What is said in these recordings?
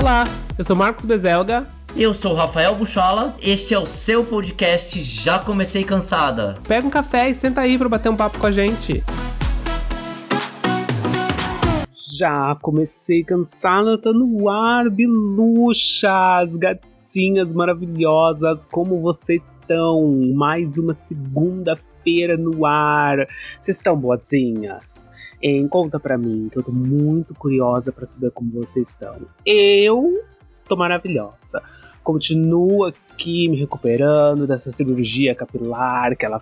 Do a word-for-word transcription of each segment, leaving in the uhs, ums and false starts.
Olá, eu sou Marcos Bezelga. Eu sou o Rafael Buchola, este é o seu podcast Já Comecei Cansada. Pega um café e senta aí pra bater um papo com a gente. Já Comecei Cansada, tá no ar, biluchas, gatinhas maravilhosas, como vocês estão? Mais uma segunda-feira no ar, vocês estão boazinhas? Hein, conta pra mim, que eu tô muito curiosa pra saber como vocês estão. Eu tô maravilhosa. Continuo aqui me recuperando dessa cirurgia capilar que ela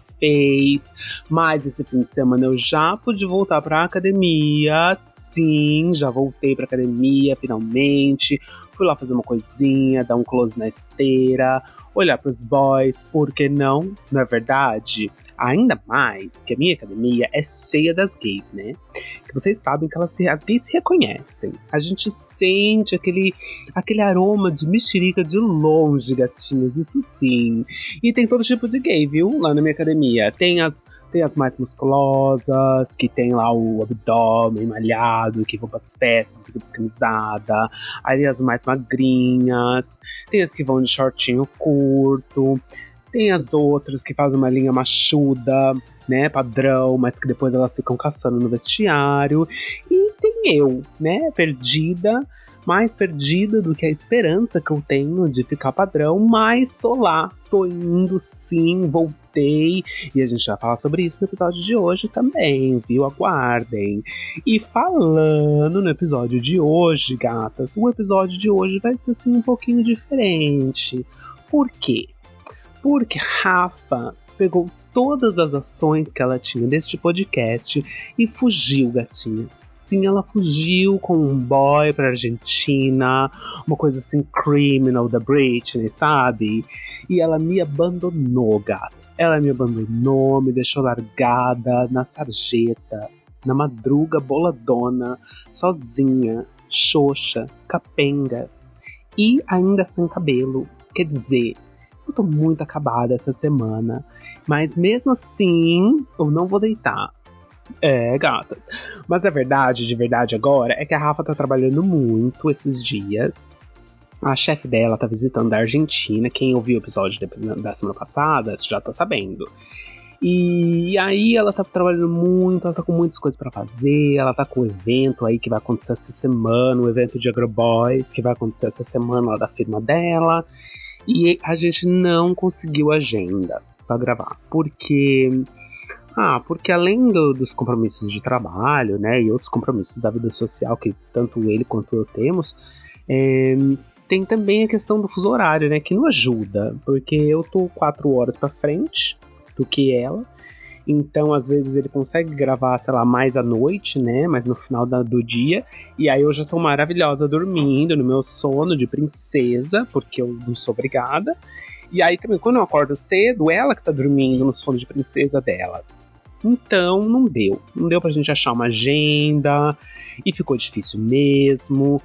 fez. Mas esse fim de semana eu já pude voltar pra academia. Sim, já voltei pra academia finalmente. Fui lá fazer uma coisinha, dar um close na esteira, olhar pros boys, por que não? Não é verdade? Ainda mais que a minha academia é cheia das gays, né? Que vocês sabem que elas se, as gays se reconhecem. A gente sente aquele, aquele aroma de mexerica de longe, gatinhas, isso sim. E tem todo tipo de gay, viu? Lá na minha academia. Tem as, tem as mais musculosas, que tem lá o abdômen malhado, que vão pras festas, fica descamisada. Aí tem as mais magrinhas, tem as que vão de shortinho curto. Tem as outras que fazem uma linha machuda, né, padrão, mas que depois elas ficam caçando no vestiário. E tem eu, né, perdida, mais perdida do que a esperança que eu tenho de ficar padrão, mas tô lá, tô indo sim, voltei. E a gente vai falar sobre isso no episódio de hoje também, viu? Aguardem. E falando no episódio de hoje, gatas, o episódio de hoje vai ser assim um pouquinho diferente. Por quê? Porque Rafa pegou todas as ações que ela tinha deste podcast e fugiu, gatinhas. Sim, ela fugiu com um boy pra Argentina, uma coisa assim, criminal da Britney, sabe? E ela me abandonou, gatas. Ela me abandonou, me deixou largada na sarjeta, na madruga boladona, sozinha, xoxa, capenga e ainda sem cabelo. Quer dizer, eu tô muito acabada essa semana, mas mesmo assim, eu não vou deitar. É, gatas. Mas a verdade, de verdade agora, é que a Rafa tá trabalhando muito esses dias. A chefe dela tá visitando da Argentina. Quem ouviu o episódio da semana passada já tá sabendo. E aí ela tá trabalhando muito, ela tá com muitas coisas pra fazer. Ela tá com um evento aí que vai acontecer essa semana, o evento de Agroboys, que vai acontecer essa semana lá da firma dela. E a gente não conseguiu agenda pra gravar, porque... Ah, porque além do, dos compromissos de trabalho, né, e outros compromissos da vida social que tanto ele quanto eu temos, é, tem também a questão do fuso horário, né, que não ajuda, porque eu tô quatro horas pra frente do que ela. Então, às vezes, ele consegue gravar, sei lá, mais à noite, né? Mas no final da, do dia. E aí eu já tô maravilhosa dormindo no meu sono de princesa, porque eu não sou obrigada. E aí também, quando eu acordo cedo, ela que tá dormindo no sono de princesa dela. Então, não deu. Não deu pra gente achar uma agenda. E ficou difícil mesmo.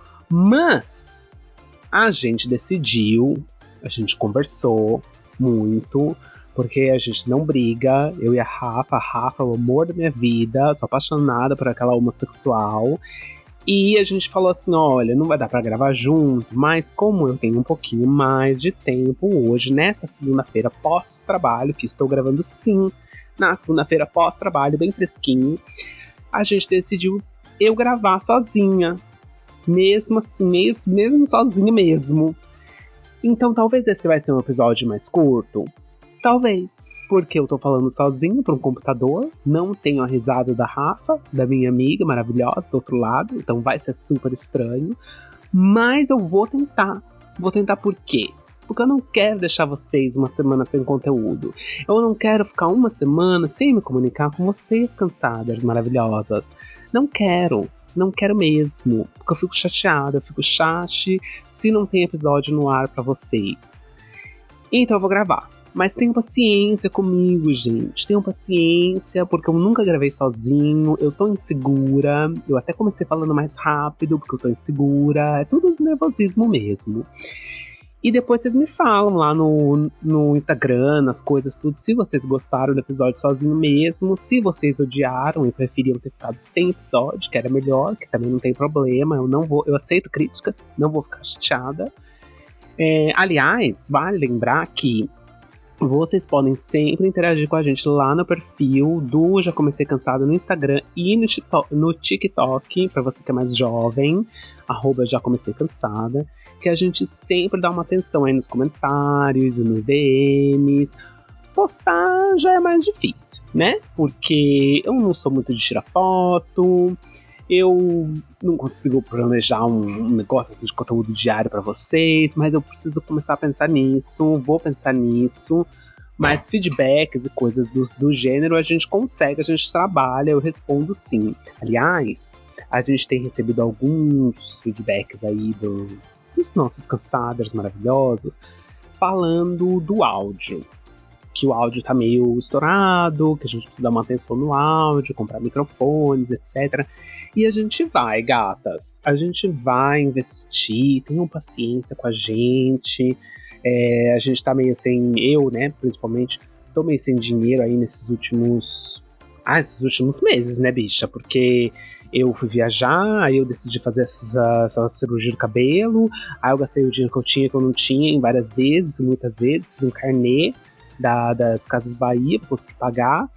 Mas a gente decidiu, a gente conversou muito, porque a gente não briga, eu e a Rafa, a Rafa é o amor da minha vida, sou apaixonada por aquela homossexual. E a gente falou assim, olha, não vai dar pra gravar junto, mas como eu tenho um pouquinho mais de tempo hoje, nesta segunda-feira pós-trabalho, que estou gravando sim, na segunda-feira pós-trabalho, bem fresquinho, a gente decidiu eu gravar sozinha, mesmo assim, mesmo, mesmo sozinha mesmo. Então talvez esse vai ser um episódio mais curto. Talvez, porque eu tô falando sozinho para um computador, não tenho a risada da Rafa, da minha amiga maravilhosa do outro lado, então vai ser super estranho. Mas eu vou tentar. Vou tentar por quê? Porque eu não quero deixar vocês uma semana sem conteúdo. Eu não quero ficar uma semana sem me comunicar com vocês, cansadas, maravilhosas. Não quero. Não quero mesmo. Porque eu fico chateada, eu fico chate se não tem episódio no ar pra vocês. Então eu vou gravar. Mas tenham paciência comigo, gente. Tenham paciência, porque eu nunca gravei sozinho. Eu tô insegura. Eu até comecei falando mais rápido, porque eu tô insegura. É tudo nervosismo mesmo. E depois vocês me falam lá no, no Instagram, nas coisas, tudo, se vocês gostaram do episódio sozinho mesmo, se vocês odiaram e preferiam ter ficado sem episódio, que era melhor, que também não tem problema, eu não vou, eu aceito críticas, não vou ficar chateada. É, aliás, vale lembrar que vocês podem sempre interagir com a gente lá no perfil do Já Comecei Cansada no Instagram e no, no TikTok, para você que é mais jovem, arroba Já Comecei Cansada, que a gente sempre dá uma atenção aí nos comentários e nos D Ms. Postar já é mais difícil, né? Porque eu não sou muito de tirar foto, eu não consigo planejar um, um negócio assim de conteúdo diário para vocês, mas eu preciso começar a pensar nisso, vou pensar nisso. Mas feedbacks e coisas do, do gênero a gente consegue, a gente trabalha, eu respondo sim. Aliás, a gente tem recebido alguns feedbacks aí do, dos nossos cansaders maravilhosos falando do áudio. Que o áudio tá meio estourado, que a gente precisa dar uma atenção no áudio, comprar microfones, etcétera. E a gente vai, gatas. A gente vai investir, tenham paciência com a gente. É, a gente tá meio sem, eu, né, principalmente, tô meio sem dinheiro aí nesses últimos... Ah, esses últimos meses, né, bicha? Porque eu fui viajar, aí eu decidi fazer essa, essa cirurgia do cabelo, aí eu gastei o dinheiro que eu tinha, que eu não tinha, em várias vezes, muitas vezes, fiz um carnê Da, das Casas Bahia pra conseguir pagar.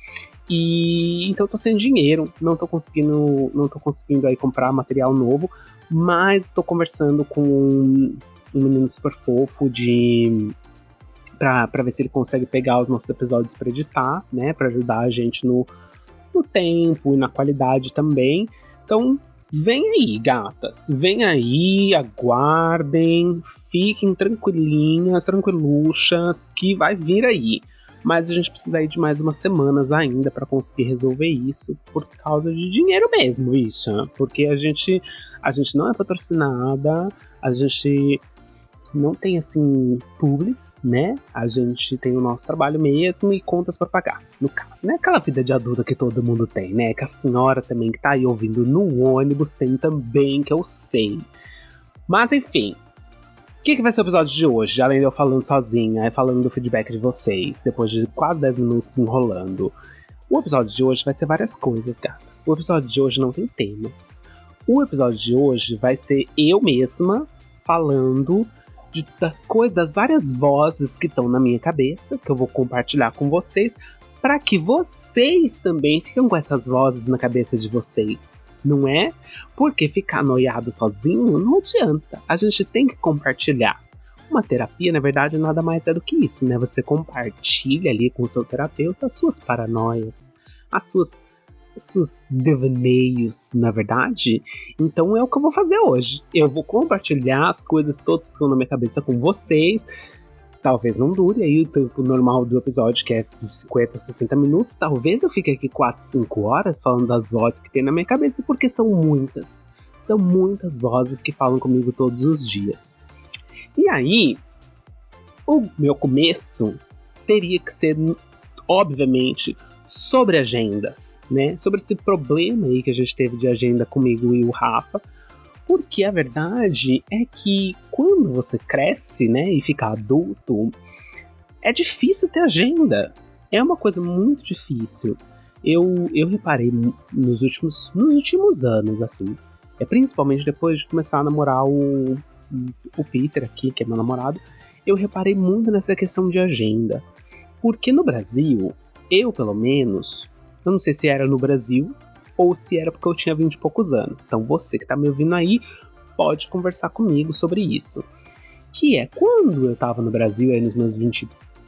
E então eu tô sem dinheiro, não tô conseguindo, não tô conseguindo aí comprar material novo, mas tô conversando com um, um menino super fofo de pra, pra ver se ele consegue pegar os nossos episódios pra editar, né, pra ajudar a gente no, no tempo e na qualidade também. Então vem aí, gatas, vem aí, aguardem, fiquem tranquilinhas, tranquiluchas, que vai vir aí. Mas a gente precisa aí de mais umas semanas ainda para conseguir resolver isso, por causa de dinheiro mesmo, isso. Porque a gente, a gente não é patrocinada, a gente não tem, assim, publis, né? A gente tem o nosso trabalho mesmo e contas pra pagar, no caso, né? Aquela vida de adulta que todo mundo tem, né? Que a senhora também que tá aí ouvindo no ônibus tem também, que eu sei. Mas, enfim. O que, que vai ser o episódio de hoje? Além de eu falando sozinha e falando do feedback de vocês, depois de quase dez minutos enrolando. O episódio de hoje vai ser várias coisas, gata. O episódio de hoje não tem temas. O episódio de hoje vai ser eu mesma falando de, das coisas, das várias vozes que estão na minha cabeça, que eu vou compartilhar com vocês, para que vocês também fiquem com essas vozes na cabeça de vocês, não é? Porque ficar noiado sozinho não adianta, a gente tem que compartilhar. Uma terapia, na verdade, nada mais é do que isso, né? Você compartilha ali com o seu terapeuta as suas paranoias, as suas seus devaneios, na verdade. Então é o que eu vou fazer hoje. Eu vou compartilhar as coisas todas que estão na minha cabeça com vocês. Talvez não dure aí o tempo normal do episódio, que é cinquenta, sessenta minutos. Talvez eu fique aqui quatro, cinco horas falando das vozes que tem na minha cabeça, porque são muitas. São muitas vozes que falam comigo todos os dias. E aí, o meu começo teria que ser, obviamente, sobre agendas, né? Sobre esse problema aí que a gente teve de agenda comigo e o Rafa. Porque a verdade é que quando você cresce, né, e fica adulto, é difícil ter agenda. É uma coisa muito difícil. Eu, eu reparei nos últimos, nos últimos anos, assim, é principalmente depois de começar a namorar o, o Peter aqui, que é meu namorado, eu reparei muito nessa questão de agenda. Porque no Brasil, eu pelo menos, eu não sei se era no Brasil ou se era porque eu tinha vinte e poucos anos. Então você que tá me ouvindo aí, pode conversar comigo sobre isso. Que é, quando eu tava no Brasil, aí nos meus vinte e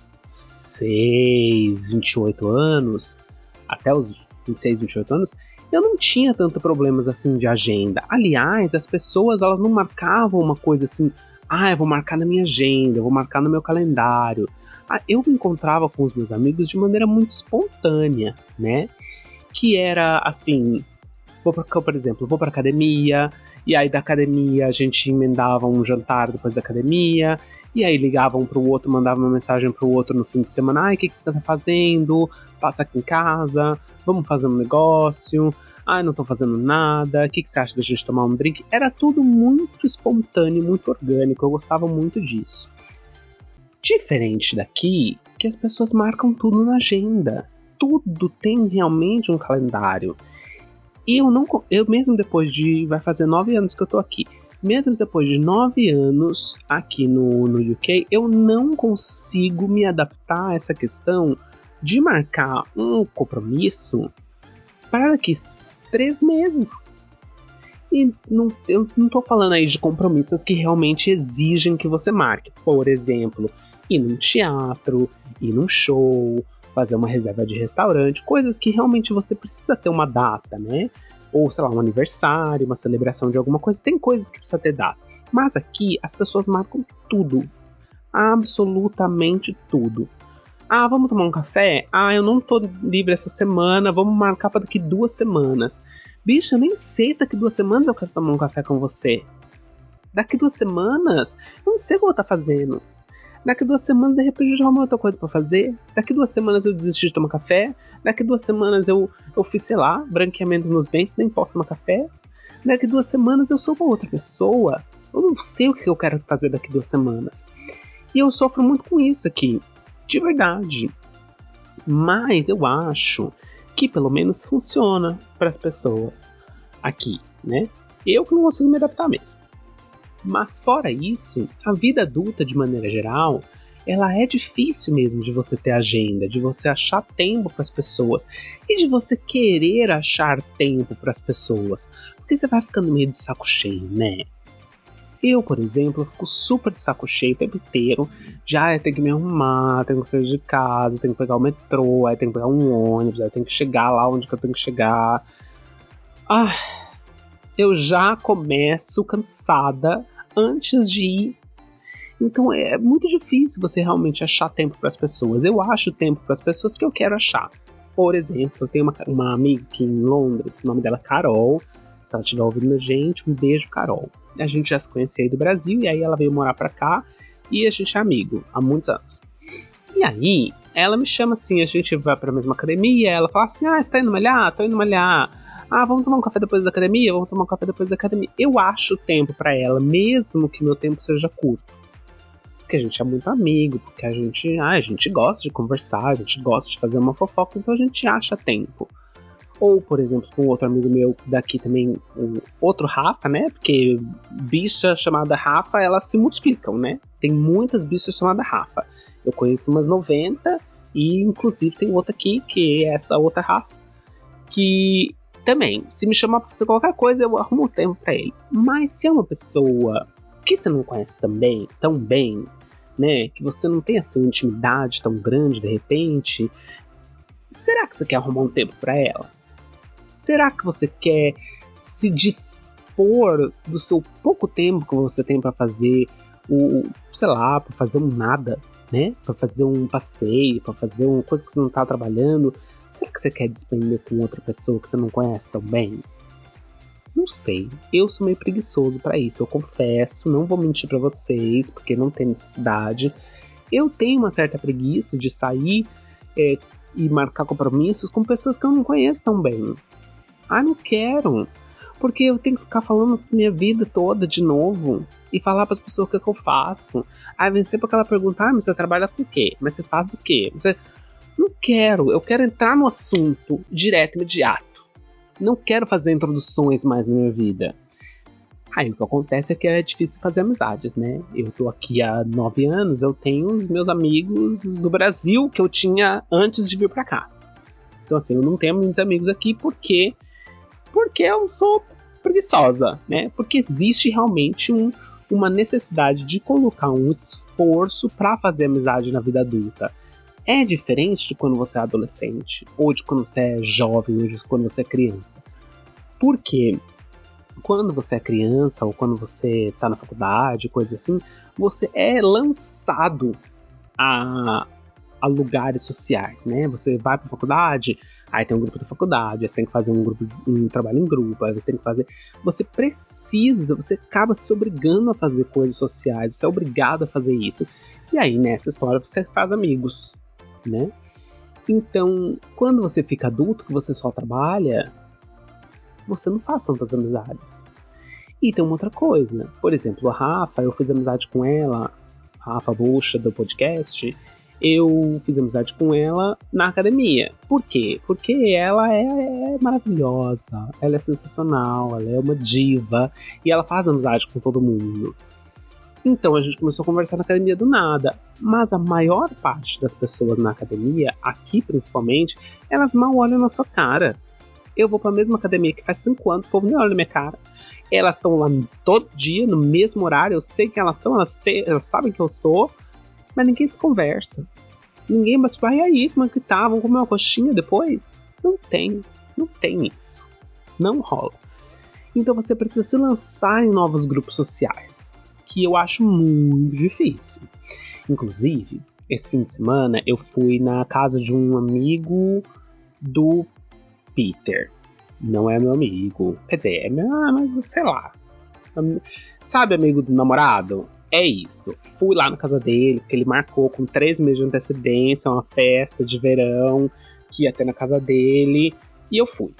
seis, vinte e oito anos, até os vinte e seis, vinte e oito anos, eu não tinha tanto problemas assim de agenda. Aliás, as pessoas, elas não marcavam uma coisa assim, ah, eu vou marcar na minha agenda, eu vou marcar no meu calendário. Ah, eu me encontrava com os meus amigos de maneira muito espontânea, né? Que era assim, vou pra, por exemplo, vou pra academia, e aí da academia a gente emendava um jantar depois da academia, e aí ligava um pro outro, mandava uma mensagem pro outro no fim de semana, ai, o que, que você tá fazendo? Passa aqui em casa, vamos fazer um negócio, ai, não tô fazendo nada, o que, que você acha da gente tomar um drink? Era tudo muito espontâneo, muito orgânico, eu gostava muito disso. Diferente daqui, que as pessoas marcam tudo na agenda. Tudo tem realmente um calendário. E eu não, eu mesmo depois de, vai fazer nove anos que eu tô aqui, mesmo depois de nove anos aqui no, no U K, eu não consigo me adaptar a essa questão de marcar um compromisso para daqui três meses. E não, eu não tô falando aí de compromissos que realmente exigem que você marque. Por exemplo, ir num teatro, ir num show, fazer uma reserva de restaurante, coisas que realmente você precisa ter uma data, né? Ou, sei lá, um aniversário, uma celebração de alguma coisa. Tem coisas que precisa ter data. Mas aqui as pessoas marcam tudo. Absolutamente tudo. Ah, vamos tomar um café? Ah, eu não tô livre essa semana, vamos marcar para daqui duas semanas. Bicho, eu nem sei se daqui duas semanas eu quero tomar um café com você. Daqui duas semanas, eu não sei o que eu vou estar fazendo. Daqui duas semanas, de repente, eu já arrumei outra coisa pra fazer. Daqui duas semanas eu desisti de tomar café. Daqui duas semanas eu, eu fiz, sei lá, branqueamento nos dentes, nem posso tomar café. Daqui duas semanas eu sou uma outra pessoa. Eu não sei o que eu quero fazer daqui duas semanas. E eu sofro muito com isso aqui. De verdade. Mas eu acho que pelo menos funciona para as pessoas aqui, né? Eu que não consigo me adaptar mesmo. Mas fora isso, a vida adulta de maneira geral, ela é difícil mesmo de você ter agenda, de você achar tempo para as pessoas e de você querer achar tempo para as pessoas, porque você vai ficando meio de saco cheio, né? Eu, por exemplo, eu fico super de saco cheio o tempo inteiro. Já eu tenho que me arrumar, tenho que sair de casa, tenho que pegar o metrô, aí tenho que pegar um ônibus, aí tenho que chegar lá onde que eu tenho que chegar. Ah, eu já começo cansada antes de ir. Então é muito difícil você realmente achar tempo para as pessoas. Eu acho tempo para as pessoas que eu quero achar. Por exemplo, eu tenho uma, uma amiga aqui em Londres, o nome dela é Carol. Se ela estiver ouvindo a gente, um beijo, Carol. A gente já se conhecia aí do Brasil, e aí ela veio morar pra cá, e a gente é amigo há muitos anos. E aí, ela me chama assim, a gente vai pra mesma academia, ela fala assim, ah, você tá indo malhar? Tô indo malhar. Ah, vamos tomar um café depois da academia? Vamos tomar um café depois da academia. Eu acho tempo pra ela, mesmo que meu tempo seja curto. Porque a gente é muito amigo, porque a gente, ah, a gente gosta de conversar, a gente gosta de fazer uma fofoca, então a gente acha tempo. Ou, por exemplo, com outro amigo meu daqui também, o outro Rafa, né? Porque bicha chamada Rafa, elas se multiplicam, né? Tem muitas bichas chamadas Rafa. Eu conheço umas noventa e, inclusive, tem outra aqui, que é essa outra Rafa, que também, se me chamar pra fazer qualquer coisa, eu arrumo tempo pra ele. Mas se é uma pessoa que você não conhece também, tão bem, né? Que você não tem, assim, uma intimidade tão grande, de repente, será que você quer arrumar um tempo pra ela? Será que você quer se dispor do seu pouco tempo que você tem para fazer o, sei lá, para fazer um nada, né? Para fazer um passeio, para fazer uma coisa que você não tá trabalhando? Será que você quer despender com outra pessoa que você não conhece tão bem? Não sei. Eu sou meio preguiçoso para isso, eu confesso, não vou mentir para vocês, porque não tem necessidade. Eu tenho uma certa preguiça de sair é, e marcar compromissos com pessoas que eu não conheço tão bem. Ah, não quero. Porque eu tenho que ficar falando assim minha vida toda de novo. E falar para as pessoas o que, é que eu faço. Aí vem sempre aquela pergunta, ah, mas você trabalha com o quê? Mas você faz o quê? Você... Não quero. Eu quero entrar no assunto direto, imediato. Não quero fazer introduções mais na minha vida. Aí o que acontece é que é difícil fazer amizades, né? Eu tô aqui há nove anos, eu tenho os meus amigos do Brasil que eu tinha antes de vir para cá. Então assim, eu não tenho muitos amigos aqui porque... Porque eu sou preguiçosa, né? Porque existe realmente um, uma necessidade de colocar um esforço para fazer amizade na vida adulta. É diferente de quando você é adolescente, ou de quando você é jovem, ou de quando você é criança. Porque quando você é criança, ou quando você está na faculdade, coisa assim, você é lançado a... a lugares sociais, né? Você vai para a faculdade, aí tem um grupo da faculdade, aí você tem que fazer um grupo, um trabalho em grupo, aí você tem que fazer, você precisa, você acaba se obrigando a fazer coisas sociais, você é obrigado a fazer isso. E aí nessa história você faz amigos, né? Então, quando você fica adulto, que você só trabalha, você não faz tantas amizades. E tem uma outra coisa, por exemplo, a Rafa, eu fiz amizade com ela Rafa Bucha do podcast, eu fiz amizade com ela na academia. Por quê? Porque ela é, é maravilhosa, ela é sensacional, ela é uma diva e ela faz amizade com todo mundo. Então a gente começou a conversar na academia do nada, mas a maior parte das pessoas na academia, aqui principalmente, elas mal olham na sua cara. Eu vou pra mesma academia que faz cinco anos, o povo nem olha na minha cara. Elas estão lá todo dia, no mesmo horário, eu sei quem elas são, elas, sei, elas sabem que eu sou, mas ninguém se conversa. Ninguém bate tipo, e aí, como é que tá? Vamos comer uma coxinha depois? Não tem, não tem isso. Não rola. Então você precisa se lançar em novos grupos sociais, que eu acho muito difícil. Inclusive, esse fim de semana eu fui na casa de um amigo do Peter. Não é meu amigo. Quer dizer, é meu, mas sei lá. Sabe, amigo do namorado? É isso. Fui lá na casa dele, porque ele marcou com três meses de antecedência uma festa de verão que ia ter na casa dele. E eu fui.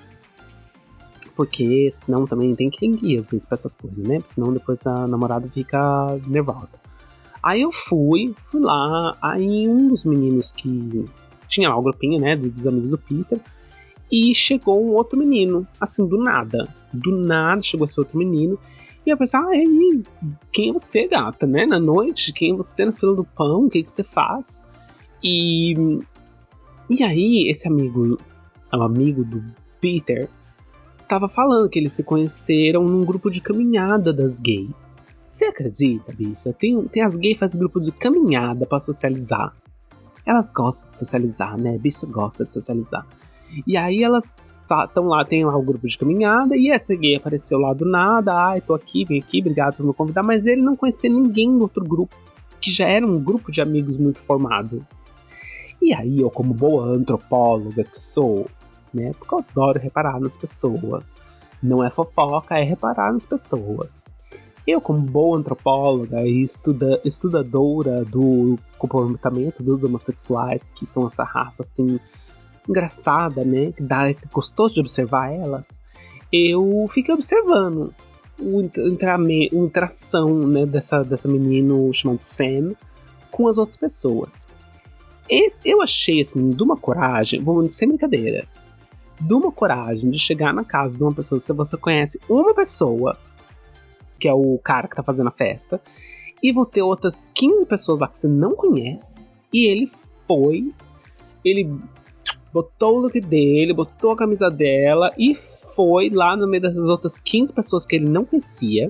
Porque senão também tem que ir às vezes pra essas coisas, né? Porque senão depois a namorada fica nervosa. Aí eu fui, fui lá. Aí um dos meninos que tinha lá o grupinho, né? Dos amigos do Peter. E chegou um outro menino, assim, do nada. Do nada chegou esse outro menino. E eu pensei, ah, aí, quem é você, gata, né? Na noite, quem é você na fila do pão? O que, que você faz? E, e aí, esse amigo, o amigo do Peter, tava falando que eles se conheceram num grupo de caminhada das gays. Você acredita, bicha? Tem, tem as gays que fazem grupo de caminhada pra socializar. Elas gostam de socializar, né? Bicha gosta de socializar. E aí elas estão lá, tem lá o grupo de caminhada, e essa gay apareceu lá do nada, ai, tô aqui, vem aqui, obrigado por me convidar, mas ele não conhecia ninguém do outro grupo, que já era um grupo de amigos muito formado. E aí eu, como boa antropóloga que sou, né, porque eu adoro reparar nas pessoas, não é fofoca, é reparar nas pessoas. Eu, como boa antropóloga e estuda, estudadora do comportamento dos homossexuais, que são essa raça, assim, engraçada, né, que dá, gostoso de observar elas, eu fiquei observando o a interação, né, dessa, dessa menino chamado Sam com as outras pessoas. Esse, eu achei esse menino de uma coragem, vou sem brincadeira, de uma coragem de chegar na casa de uma pessoa, se você conhece uma pessoa, que é o cara que tá fazendo a festa, e vou ter outras quinze pessoas lá que você não conhece, e ele foi, ele botou o look dele, botou a camisa dela e foi lá no meio dessas outras quinze pessoas que ele não conhecia.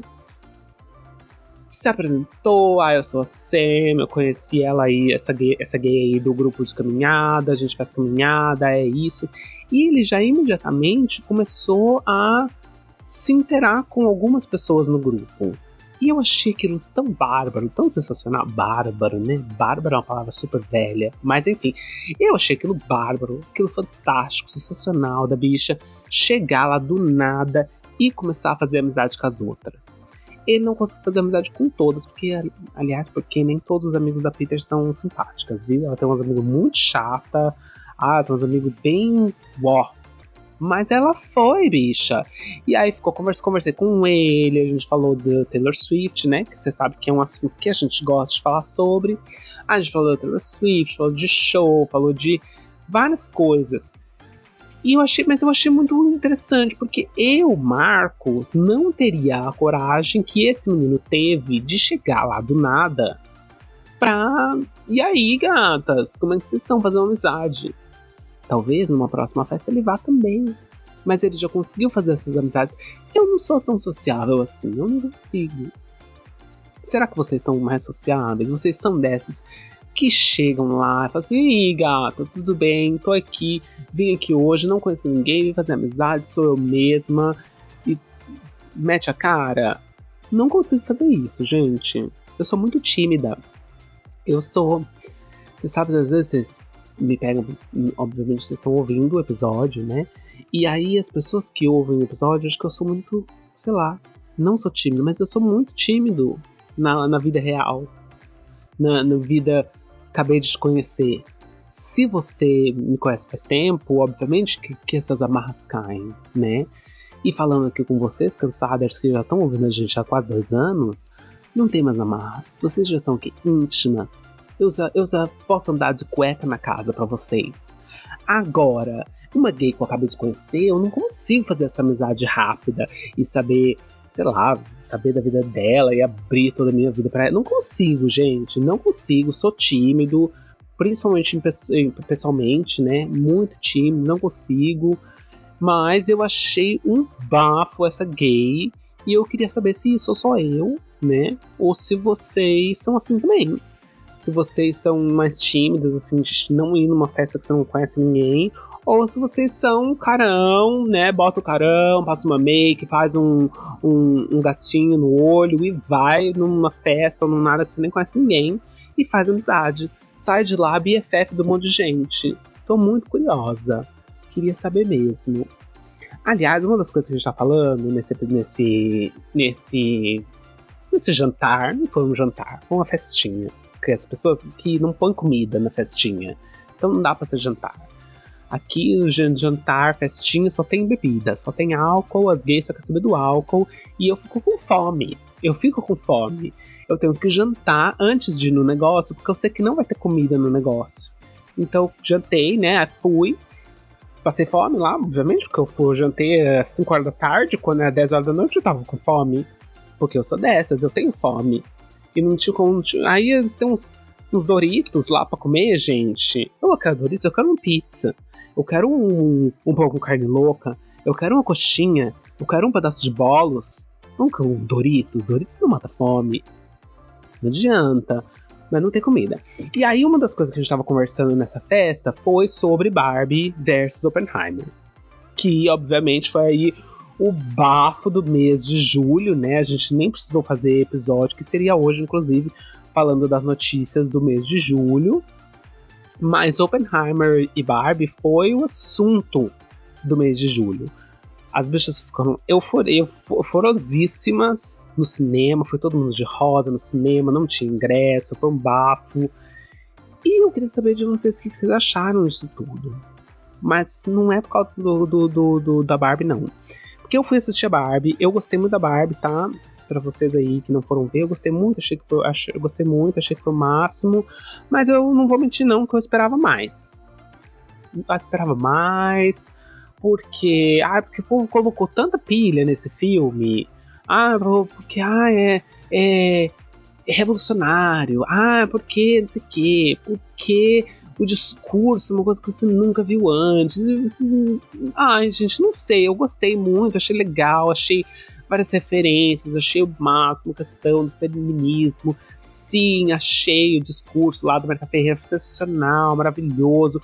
Se apresentou, ah, eu sou a Sam, eu conheci ela aí, essa gay, essa gay aí do grupo de caminhada, a gente faz caminhada, é isso. E ele já imediatamente começou a se interar com algumas pessoas no grupo. E eu achei aquilo tão bárbaro, tão sensacional. Bárbaro, né? Bárbaro é uma palavra super velha. Mas enfim, eu achei aquilo bárbaro, aquilo fantástico, sensacional da bicha chegar lá do nada e começar a fazer amizade com as outras. Ele não conseguiu fazer amizade com todas, porque, aliás, porque nem todos os amigos da Peter são simpáticas, viu? Ela tem uns amigos muito chata, ah, tem uns amigos bem... Uó. Mas ela foi, bicha. E aí ficou, converse, conversei com ele, a gente falou da Taylor Swift, né? Que você sabe que é um assunto que a gente gosta de falar sobre. A gente falou da Taylor Swift, falou de show, falou de várias coisas. E eu achei, mas eu achei muito interessante, porque eu, Marcos, não teria a coragem que esse menino teve de chegar lá do nada pra... E aí, gatas, como é que vocês estão fazendo amizade? Talvez numa próxima festa ele vá também. Mas ele já conseguiu fazer essas amizades. Eu não sou tão sociável assim, eu não consigo. Será que vocês são mais sociáveis? Vocês são desses que chegam lá e falam assim: ih, gata, tudo bem, tô aqui, vim aqui hoje, não conheço ninguém, vim fazer amizade, sou eu mesma. E mete a cara? Não consigo fazer isso, gente. Eu sou muito tímida. Eu sou... Você sabe, às vezes vocês me pegam, obviamente vocês estão ouvindo o episódio, né? E aí as pessoas que ouvem o episódio, acho que eu sou muito, sei lá, não sou tímido, mas eu sou muito tímido na, na vida real. Na, na vida, acabei de te conhecer. Se você me conhece faz tempo, obviamente que, que essas amarras caem, né? E falando aqui com vocês, cansadas, que já estão ouvindo a gente há quase dois anos, Não tem mais amarras. Vocês já são o quê? Íntimas. Eu já, eu já posso andar de cueca na casa pra vocês. Agora, uma gay que eu acabei de conhecer, eu não consigo fazer essa amizade rápida e saber, sei lá, saber da vida dela e abrir toda a minha vida pra ela. Não consigo, gente. Não consigo. Sou tímido. Principalmente pessoalmente, né? Muito tímido. Não consigo. Mas eu achei um bafo essa gay. E eu queria saber se sou só eu, né? Ou se vocês são assim também. Se vocês são mais tímidas, assim, de não ir numa festa que você não conhece ninguém. Ou se vocês são um carão, né? Bota o carão, passa uma make, faz um, um, um gatinho no olho e vai numa festa ou num nada que você nem conhece ninguém. E faz amizade. Sai de lá B F F do monte de gente. Tô muito curiosa. Queria saber mesmo. Aliás, uma das coisas que a gente tá falando nesse, nesse, nesse, nesse jantar, não foi um jantar, foi uma festinha. Que as pessoas que não põem comida na festinha. Então não dá pra ser jantar. Aqui o jantar, festinha, só tem bebida, só tem álcool, as gays só querem saber do álcool. E eu fico com fome. Eu fico com fome. Eu tenho que jantar antes de ir no negócio, porque eu sei que não vai ter comida no negócio. Então jantei, né? Fui. Passei fome lá, obviamente, porque eu fui, eu jantei às cinco horas da tarde, quando era dez horas da noite eu tava com fome. Porque eu sou dessas, eu tenho fome. E não tinha como. Não tinha... Aí eles têm uns, uns Doritos lá pra comer, gente. Eu não quero Doritos, eu quero uma pizza. Eu quero um, um pão com carne louca. Eu quero uma coxinha. Eu quero um pedaço de bolos. Não quero um Doritos. Doritos não mata fome. Não adianta. Mas não tem comida. E aí uma das coisas que a gente tava conversando nessa festa foi sobre Barbie versus Oppenheimer. Que, obviamente, foi aí o bafo do mês de julho, né? A gente nem precisou fazer episódio, que seria hoje, inclusive, falando das notícias do mês de julho. Mas Oppenheimer e Barbie foi o assunto do mês de julho. As bichas ficaram eufor- euforosíssimas no cinema, foi todo mundo de rosa no cinema, não tinha ingresso, foi um bafo. E eu queria saber de vocês o que vocês acharam disso tudo. Mas não é por causa do, do, do, do, da Barbie, não. Porque eu fui assistir a Barbie, eu gostei muito da Barbie, tá? Pra vocês aí que não foram ver, eu gostei muito, achei que foi, achei, eu gostei muito, achei que foi o máximo. Mas eu não vou mentir não, que eu esperava mais. Eu esperava mais, porque... Ah, porque o povo colocou tanta pilha nesse filme. Ah, porque... Ah, é... é É revolucionário, ah, porque não sei o quê, porque o discurso é uma coisa que você nunca viu antes. Ai, gente, não sei, eu gostei muito, achei legal, achei várias referências, achei o máximo, questão do feminismo. Sim, achei o discurso lá do Marca Ferreira sensacional, maravilhoso,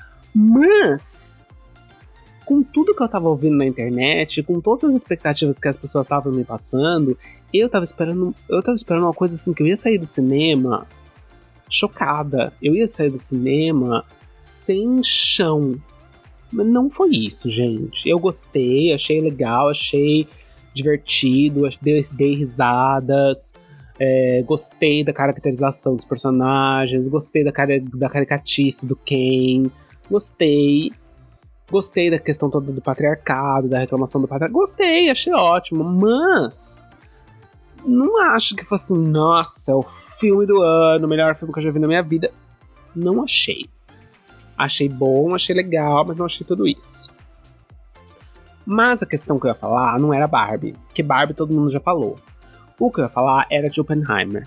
mas com tudo que eu tava ouvindo na internet, com todas as expectativas que as pessoas estavam me passando, eu tava esperando, eu tava esperando uma coisa assim, que eu ia sair do cinema chocada. Eu ia sair do cinema sem chão. Mas não foi isso, gente. Eu gostei, achei legal, achei divertido, dei, dei risadas, é, gostei da caracterização dos personagens, gostei da, cara, da caricatice do Ken, gostei. Gostei da questão toda do patriarcado, da reclamação do patriarcado. Gostei, achei ótimo, mas não acho que fosse, nossa, é o filme do ano, o melhor filme que eu já vi na minha vida. Não achei. Achei bom, achei legal, mas não achei tudo isso. Mas a questão que eu ia falar não era Barbie, que Barbie todo mundo já falou. O que eu ia falar era de Oppenheimer.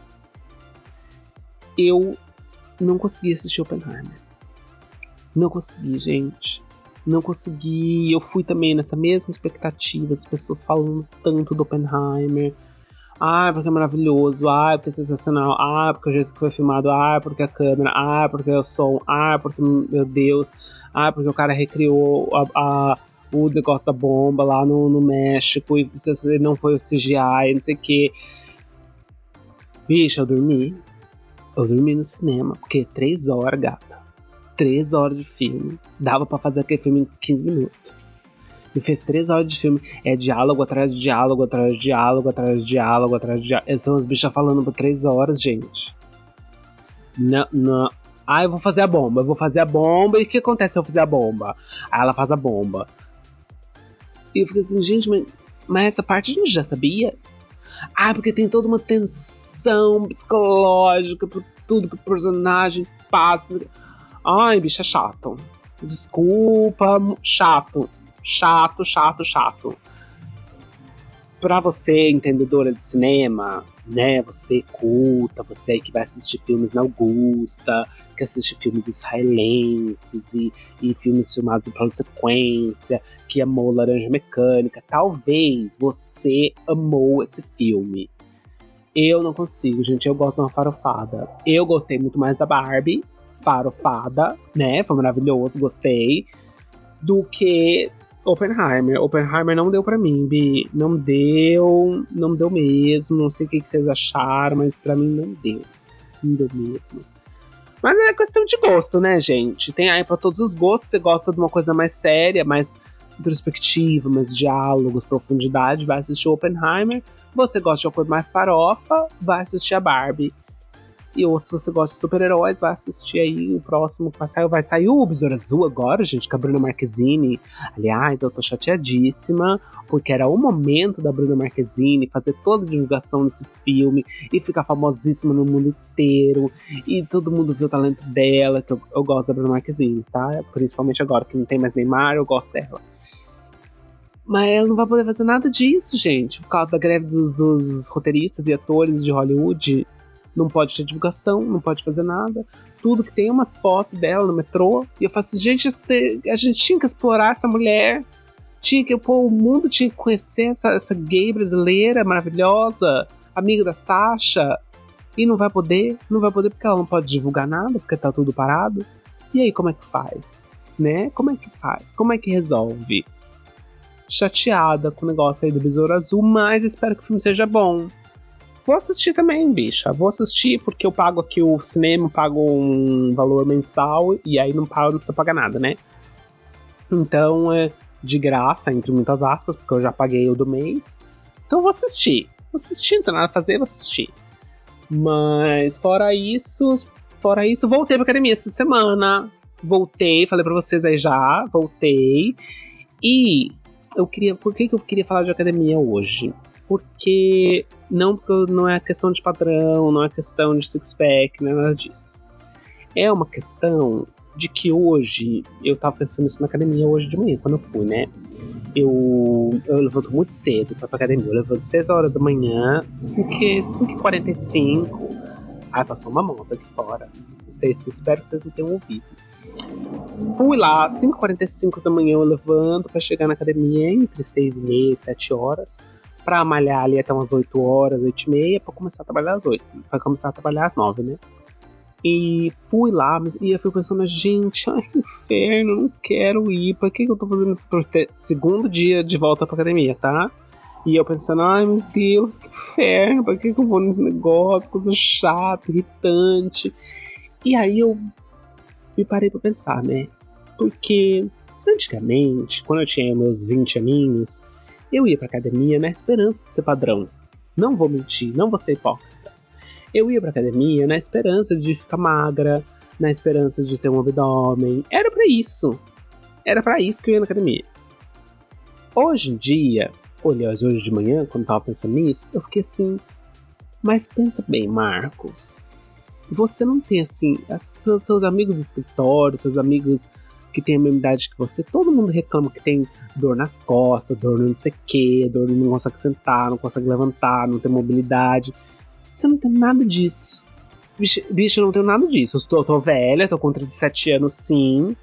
Eu não consegui assistir Oppenheimer. Não consegui, gente. Não consegui. Eu fui também nessa mesma expectativa, as pessoas falando tanto do Oppenheimer. Ah, porque é maravilhoso. Ah, porque é sensacional. Ah, porque o jeito que foi filmado. Ah, porque a câmera. Ah, porque é o som. Ah, porque, meu Deus. Ah, porque o cara recriou a, a, o negócio da bomba lá no, no México e não foi o C G I, não sei o que. Bicho, eu dormi. Eu dormi no cinema, porque três horas, gata. Três horas de filme. Dava pra fazer aquele filme em quinze minutos. E fez três horas de filme. É diálogo atrás de diálogo, atrás de diálogo, atrás de diálogo, atrás de diálogo. São as bichas falando por três horas, gente. Não, não. Ah, eu vou fazer a bomba, eu vou fazer a bomba. E o que acontece se eu fizer a bomba? Aí ela faz a bomba. E eu fiquei assim, gente, mas, mas essa parte a gente já sabia? Ah, porque tem toda uma tensão pressão psicológica por tudo que o personagem passa. Ai, bicho, é chato. Desculpa, chato. Chato, chato, chato. Pra você, entendedora de cinema, né? Você culta, você aí que vai assistir filmes na Augusta, que assiste filmes israelenses e, e filmes filmados em plano sequência, que amou Laranja Mecânica. Talvez você amou esse filme. Eu não consigo, gente. Eu gosto de uma farofada. Eu gostei muito mais da Barbie, farofada, né? Foi maravilhoso, gostei. Do que Oppenheimer. Oppenheimer não deu pra mim, Bi. Não deu, não deu mesmo. Não sei o que, que vocês acharam, mas pra mim não deu. Não deu mesmo. Mas é questão de gosto, né, gente? Tem aí pra todos os gostos. Você gosta de uma coisa mais séria, mais introspectiva, mais diálogos, profundidade, vai assistir Oppenheimer. Você gosta de uma coisa mais farofa, vai assistir a Barbie. E ou se você gosta de super-heróis, vai assistir aí o próximo que vai sair. Vai sair o Besouro Azul agora, gente, com a Bruna Marquezine. Aliás, eu tô chateadíssima, porque era o momento da Bruna Marquezine fazer toda a divulgação desse filme e ficar famosíssima no mundo inteiro. E todo mundo vê o talento dela, que eu, eu gosto da Bruna Marquezine, tá? Principalmente agora que não tem mais Neymar, eu gosto dela. Mas ela não vai poder fazer nada disso, gente, por causa da greve dos, dos roteiristas e atores de Hollywood. Não pode ter divulgação, não pode fazer nada. Tudo que tem umas fotos dela no metrô. E eu faço assim, gente, a gente tinha que explorar essa mulher. Tinha que, pô, o mundo tinha que conhecer essa, essa gay brasileira maravilhosa, amiga da Sasha. E não vai poder, não vai poder porque ela não pode divulgar nada, porque tá tudo parado. E aí, como é que faz? Né? Como é que faz? Como é que resolve? Chateada com o negócio aí do Besouro Azul, mas espero que o filme seja bom. Vou assistir também, bicha. Vou assistir porque eu pago aqui o cinema, pago um valor mensal e aí não pago, não precisa pagar nada, né? Então é de graça, entre muitas aspas, porque eu já paguei o do mês. Então vou assistir. Vou assistir, não tem nada a fazer, vou assistir. Mas fora isso, fora isso, voltei pra academia essa semana. Voltei, falei pra vocês aí já, voltei. E eu queria. Por que, que eu queria falar de academia hoje? Porque não, porque não é questão de padrão, não é questão de six-pack, não é nada disso. É uma questão de que hoje, eu tava pensando isso na academia hoje de manhã, quando eu fui, né? Eu, eu levanto muito cedo pra ir pra academia. Eu levanto seis horas da manhã, cinco e quarenta e cinco. Ai, passou uma moto aqui fora. Não sei se espero que vocês não tenham ouvido. Fui lá, cinco e quarenta e cinco da manhã eu levanto pra chegar na academia entre seis e meia e sete horas. Pra malhar ali até umas oito horas, oito e meia, pra começar a trabalhar às oito. Pra começar a trabalhar às nove, né? E fui lá, mas, e eu fui pensando, gente, ai, que inferno, não quero ir. Por que, que eu tô fazendo isso por ter segundo dia de volta pra academia, tá? E eu pensando, ai meu Deus, que inferno, pra que, que eu vou nesse negócio, coisa chata, irritante. E aí eu me parei pra pensar, né? Porque antigamente, quando eu tinha meus vinte aninhos, eu ia pra academia na esperança de ser padrão. Não vou mentir, não vou ser hipócrita. Eu ia pra academia na esperança de ficar magra, na esperança de ter um abdômen. Era pra isso. Era pra isso que eu ia na academia. Hoje em dia, aliás, hoje de manhã, quando eu tava pensando nisso, eu fiquei assim, mas pensa bem, Marcos. Você não tem assim, seus, seus amigos do escritório, seus amigos que tem a mesma idade que você, todo mundo reclama que tem dor nas costas, dor no não sei o que, dor não consegue sentar, não consegue levantar, não tem mobilidade. Você não tem nada disso. Bicho, bicho eu não tenho nada disso. Eu tô, eu tô velha, tô com trinta e sete anos sim,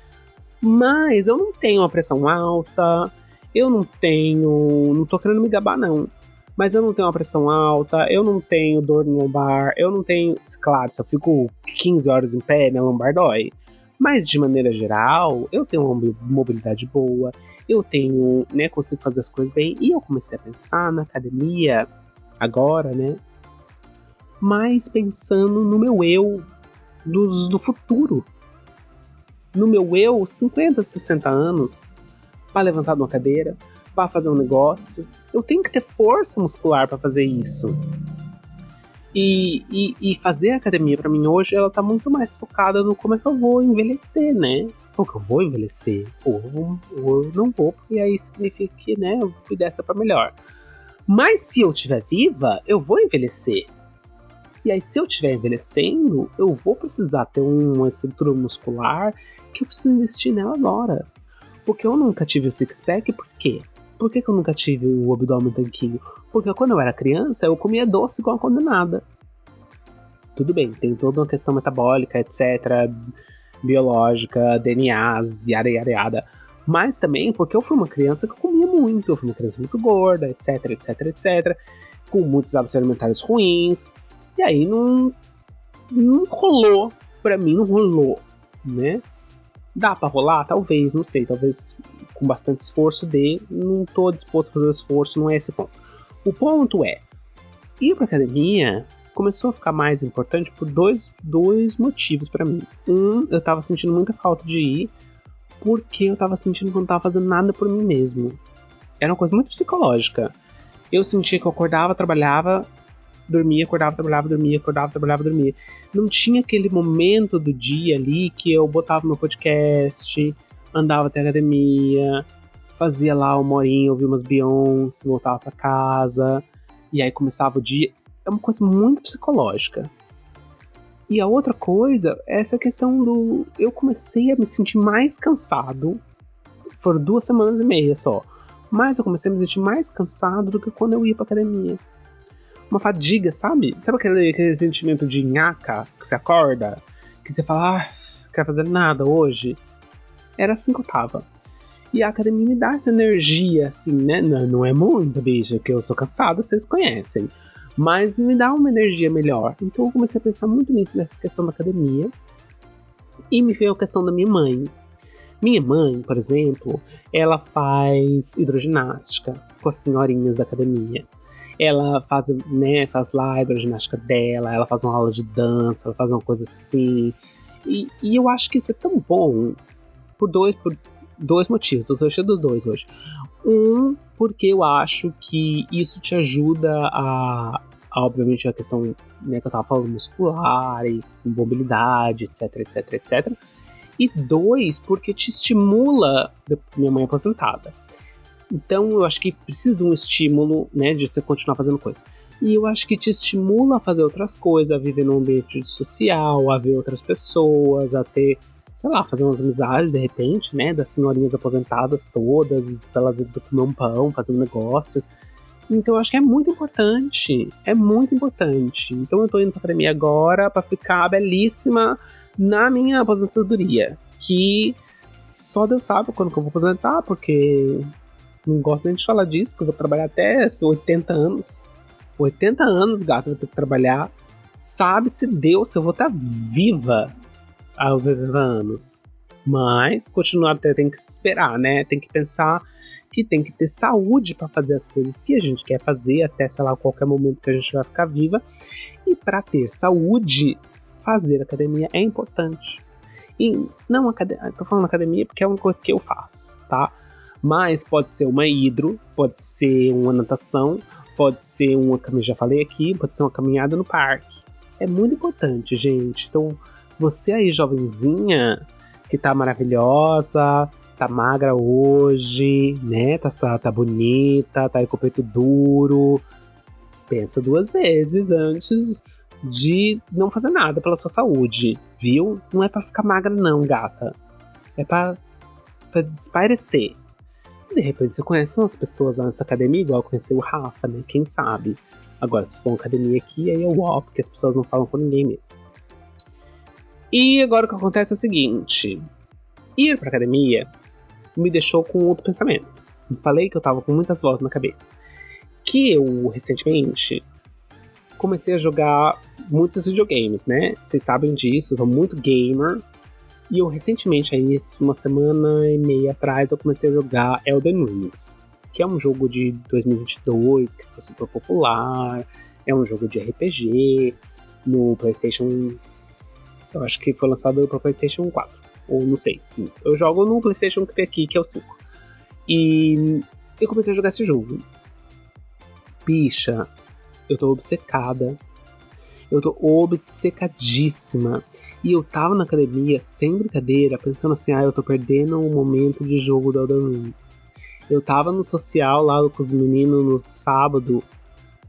mas eu não tenho uma pressão alta, eu não tenho, não tô querendo me gabar não, mas eu não tenho uma pressão alta, eu não tenho dor no lombar, eu não tenho, claro, se eu fico quinze horas em pé, minha lombar dói. Mas, de maneira geral, eu tenho uma mobilidade boa, eu tenho, né, consigo fazer as coisas bem. E eu comecei a pensar na academia agora, né, mas pensando no meu eu dos, do futuro. No meu eu, cinquenta, sessenta anos, para levantar de uma cadeira, para fazer um negócio. Eu tenho que ter força muscular para fazer isso. E, e, e fazer academia para mim hoje, ela tá muito mais focada no como é que eu vou envelhecer, né? Como que eu vou envelhecer? Ou, ou eu não vou, porque aí significa que, né, eu fui dessa para melhor. Mas se eu estiver viva, eu vou envelhecer. E aí, se eu estiver envelhecendo, eu vou precisar ter uma estrutura muscular que eu preciso investir nela agora. Porque eu nunca tive o six-pack, por quê? Por que, que eu nunca tive o abdômen tanquinho? Porque quando eu era criança, eu comia doce igual uma condenada. Tudo bem, tem toda uma questão metabólica, etcétera, biológica, D N As, yada, yada, yada. Mas também porque eu fui uma criança que eu comia muito, eu fui uma criança muito gorda, etc, etc, etc, com muitos hábitos alimentares ruins, e aí não, não rolou, pra mim não rolou, né? Dá pra rolar? Talvez, não sei, talvez com bastante esforço dê, não tô disposto a fazer o esforço, não é esse o ponto. O ponto é, ir pra academia começou a ficar mais importante por dois, dois motivos pra mim. Um, eu tava sentindo muita falta de ir, porque eu tava sentindo que eu não tava fazendo nada por mim mesmo. Era uma coisa muito psicológica. Eu sentia que eu acordava, trabalhava, dormia, acordava, trabalhava, dormia, acordava, trabalhava, dormia. Não tinha aquele momento do dia ali que eu botava meu podcast, andava até a academia, fazia lá uma horinha, ouvia umas Beyoncé, voltava pra casa, e aí começava o dia. É uma coisa muito psicológica. E a outra coisa é essa questão do... Eu comecei a me sentir mais cansado. Foram duas semanas e meia só. Mas eu comecei a me sentir mais cansado do que quando eu ia pra academia. Uma fadiga, sabe? Sabe aquele, aquele sentimento de nhaca que você acorda? Que você fala, ah, não quero fazer nada hoje. Era assim que eu tava. E a academia me dá essa energia, assim, né? Não, não é muito, bicho, porque eu sou cansado, vocês conhecem. Mas me dá uma energia melhor. Então eu comecei a pensar muito nisso, nessa questão da academia. E me veio a questão da minha mãe. Minha mãe, por exemplo, ela faz hidroginástica com as senhorinhas da academia. Ela faz, né, faz lá a hidroginástica dela, ela faz uma aula de dança, ela faz uma coisa assim. E, e eu acho que isso é tão bom por dois, por dois motivos. Eu tô cheio dos dois hoje. Um, porque eu acho que isso te ajuda a, a obviamente, a questão, né, que eu tava falando, muscular e mobilidade, etc, etc, etcétera. E dois, porque te estimula. Minha mãe é aposentada. Então eu acho que precisa de um estímulo, né, de você continuar fazendo coisas. E eu acho que te estimula a fazer outras coisas, a viver num ambiente social, a ver outras pessoas, a ter, sei lá, fazer umas amizades de repente, né, das senhorinhas aposentadas todas, pelas vezes comer um pão, fazer um negócio. Então eu acho que é muito importante, é muito importante. Então eu tô indo pra academia agora pra ficar belíssima na minha aposentadoria, que só Deus sabe quando que eu vou aposentar, porque não gosto nem de falar disso, que eu vou trabalhar até oitenta anos. oitenta anos, gato, eu vou ter que trabalhar. Sabe-se Deus se eu vou estar viva aos oitenta anos. Mas, continuar até tem que esperar, né? Tem que pensar que tem que ter saúde para fazer as coisas que a gente quer fazer, até, sei lá, qualquer momento que a gente vai ficar viva. E para ter saúde, fazer academia é importante. E não academia, tô falando academia porque é uma coisa que eu faço, tá? Mas pode ser uma hidro, pode ser uma natação, pode ser uma, como eu já falei aqui, pode ser uma caminhada no parque. É muito importante, gente. Então, você aí, jovenzinha, que tá maravilhosa, tá magra hoje, né? Tá, tá bonita, tá aí com o peito duro. Pensa duas vezes antes de não fazer nada pela sua saúde, viu? Não é pra ficar magra não, gata. É pra, pra espairecer. De repente você conhece umas pessoas lá nessa academia, igual conheceu o Rafa, né? Quem sabe? Agora, se for uma academia aqui, aí é o ó, porque as pessoas não falam com ninguém mesmo. E agora o que acontece é o seguinte: ir pra academia me deixou com outro pensamento. Falei que eu tava com muitas vozes na cabeça. Que eu, recentemente, comecei a jogar muitos videogames, né? Vocês sabem disso, eu sou muito gamer. E eu recentemente, aí, uma semana e meia atrás, eu comecei a jogar Elden Ring, que é um jogo de dois mil e vinte e dois, que foi super popular, é um jogo de R P G, no PlayStation... Eu acho que foi lançado para PlayStation quatro, ou não sei, cinco. Eu jogo no PlayStation que tem aqui, que é o cinco. E eu comecei a jogar esse jogo. Bicha, eu tô obcecada. Eu tô obcecadíssima. E eu tava na academia, sem brincadeira, pensando assim, ah, eu tô perdendo um momento de jogo do Elden Ring. Eu tava no social lá com os meninos no sábado,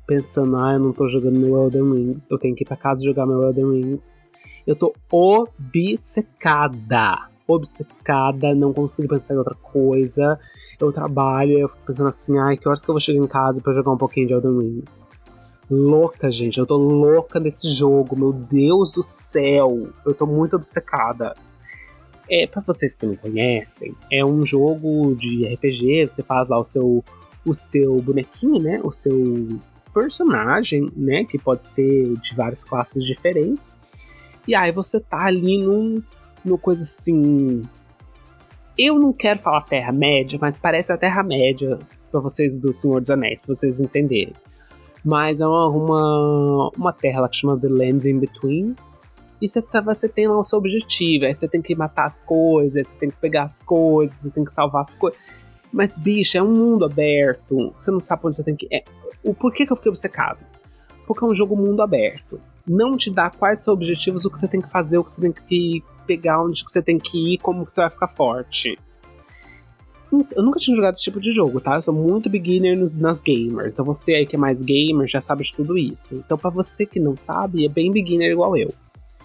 pensando, ah, eu não tô jogando meu Elden Rings, eu tenho que ir pra casa jogar meu Elden Rings. Eu tô obcecada. Obcecada, não consigo pensar em outra coisa. Eu trabalho, eu fico pensando assim, ai, que horas que eu vou chegar em casa pra jogar um pouquinho de Elden Rings? Louca, gente, eu tô louca nesse jogo, meu Deus do céu. Eu tô muito obcecada. É, pra vocês que não conhecem, é um jogo de R P G, você faz lá o seu, o seu bonequinho, né? O seu personagem, né? Que pode ser de várias classes diferentes. E aí você tá ali num, numa coisa assim... Eu não quero falar Terra-média, mas parece a Terra-média pra vocês do Senhor dos Anéis, pra vocês entenderem. Mas é uma, uma, uma terra lá que chama The Lands in Between. E você, tá, você tem lá o seu objetivo. Aí você tem que matar as coisas, aí você tem que pegar as coisas, você tem que salvar as coisas. Mas, bicho, é um mundo aberto. Você não sabe onde você tem que... É, o porquê que eu fiquei obcecado? Porque é um jogo mundo aberto. Não te dá quais são os objetivos, o que você tem que fazer, o que você tem que pegar, onde que você tem que ir, como que você vai ficar forte. Eu nunca tinha jogado esse tipo de jogo, tá? Eu sou muito beginner nos, nas gamers. Então você aí que é mais gamer já sabe de tudo isso. Então pra você que não sabe, é bem beginner igual eu.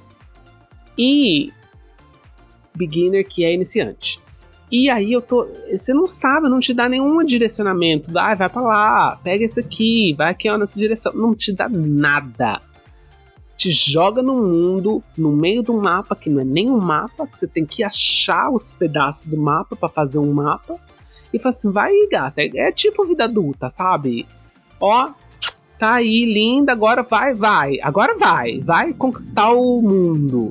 E beginner que é iniciante. E aí eu tô... Você não sabe, não te dá nenhum direcionamento. Ah, vai pra lá, pega esse aqui, vai aqui ó, nessa direção. Não te dá nada. Te joga no mundo, no meio de um mapa que não é nem um mapa, que você tem que achar os pedaços do mapa pra fazer um mapa. E fala assim, vai gata, é, é tipo vida adulta, sabe? Ó, tá aí, linda, agora vai, vai. Agora vai, vai conquistar o mundo.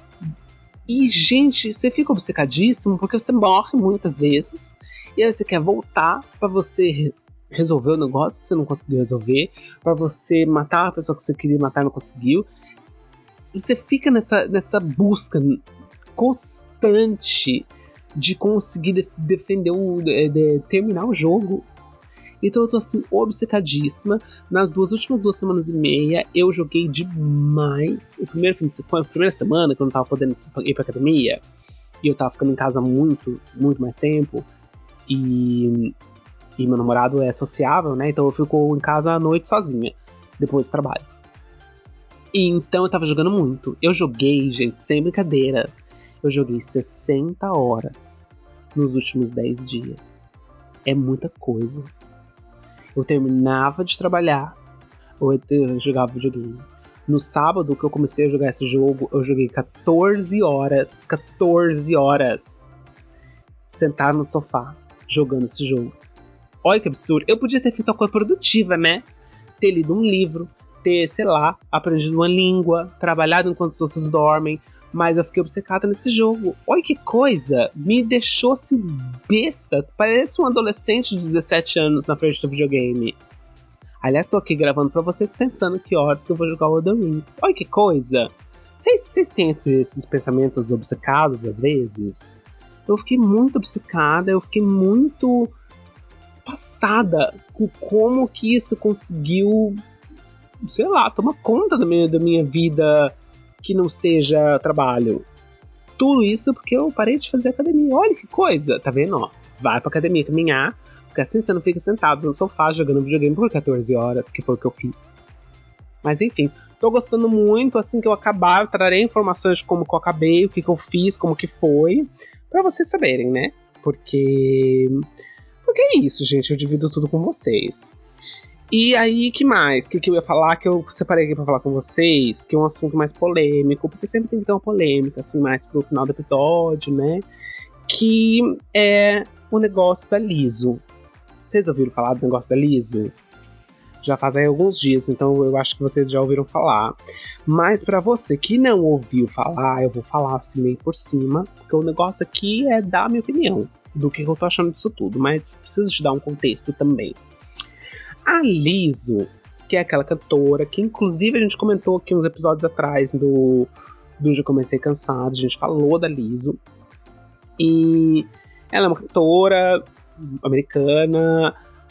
E, gente, você fica obcecadíssimo porque você morre muitas vezes. E aí você quer voltar pra você resolver o negócio que você não conseguiu resolver, pra você matar a pessoa que você queria matar e não conseguiu. E você fica nessa, nessa busca constante de conseguir de, defender o, de, de terminar o jogo. Então eu tô assim, obcecadíssima. Nas duas últimas duas semanas e meia, eu joguei demais. O primeiro fim de semana, a primeira semana, que eu não tava podendo ir pra academia, e eu tava ficando em casa muito, muito mais tempo, e, e meu namorado é sociável, né? Então eu fico em casa à noite sozinha, depois do trabalho. E então eu tava jogando muito. Eu joguei, gente, sem brincadeira. Eu joguei sessenta horas nos últimos dez dias. É muita coisa. Eu terminava de trabalhar, ou eu jogava videogame. No sábado que eu comecei a jogar esse jogo, eu joguei catorze horas. catorze horas. Sentado no sofá, jogando esse jogo. Olha que absurdo. Eu podia ter feito uma coisa produtiva, né? Ter lido um livro, ter, sei lá, aprendido uma língua, trabalhado enquanto os outros dormem. Mas eu fiquei obcecada nesse jogo. Olha que coisa! Me deixou assim besta. Parece um adolescente de dezessete anos na frente do videogame. Aliás, tô aqui gravando pra vocês pensando que horas que eu vou jogar o Elden Ring. Olha que coisa! Vocês têm esses, esses pensamentos obcecados às vezes? Eu fiquei muito obcecada, eu fiquei muito passada com como que isso conseguiu, sei lá, tomar conta da minha, da minha vida que não seja trabalho. Tudo isso porque eu parei de fazer academia. Olha que coisa, tá vendo? Ó, vai pra academia caminhar, porque assim você não fica sentado no sofá jogando videogame por catorze horas, que foi o que eu fiz. Mas enfim, tô gostando muito. Assim que eu acabar, eu trarei informações de como que eu acabei, o que que eu fiz, como que foi, pra vocês saberem, né? Porque... Porque é isso, gente, eu divido tudo com vocês. E aí, que mais? O que, que eu ia falar que eu separei aqui pra falar com vocês? Que é um assunto mais polêmico, porque sempre tem que ter uma polêmica, assim, mais pro final do episódio, né? Que é o negócio da Lizzo. Vocês ouviram falar do negócio da Lizzo? Já fazem alguns dias, então eu acho que vocês já ouviram falar. Mas pra você que não ouviu falar, eu vou falar assim meio por cima, porque o negócio aqui é dar a minha opinião do que eu tô achando disso tudo, mas preciso te dar um contexto também. A Lizzo, que é aquela cantora que inclusive a gente comentou aqui uns episódios atrás do, do Já Comecei Cansado, a gente falou da Lizzo. E ela é uma cantora americana,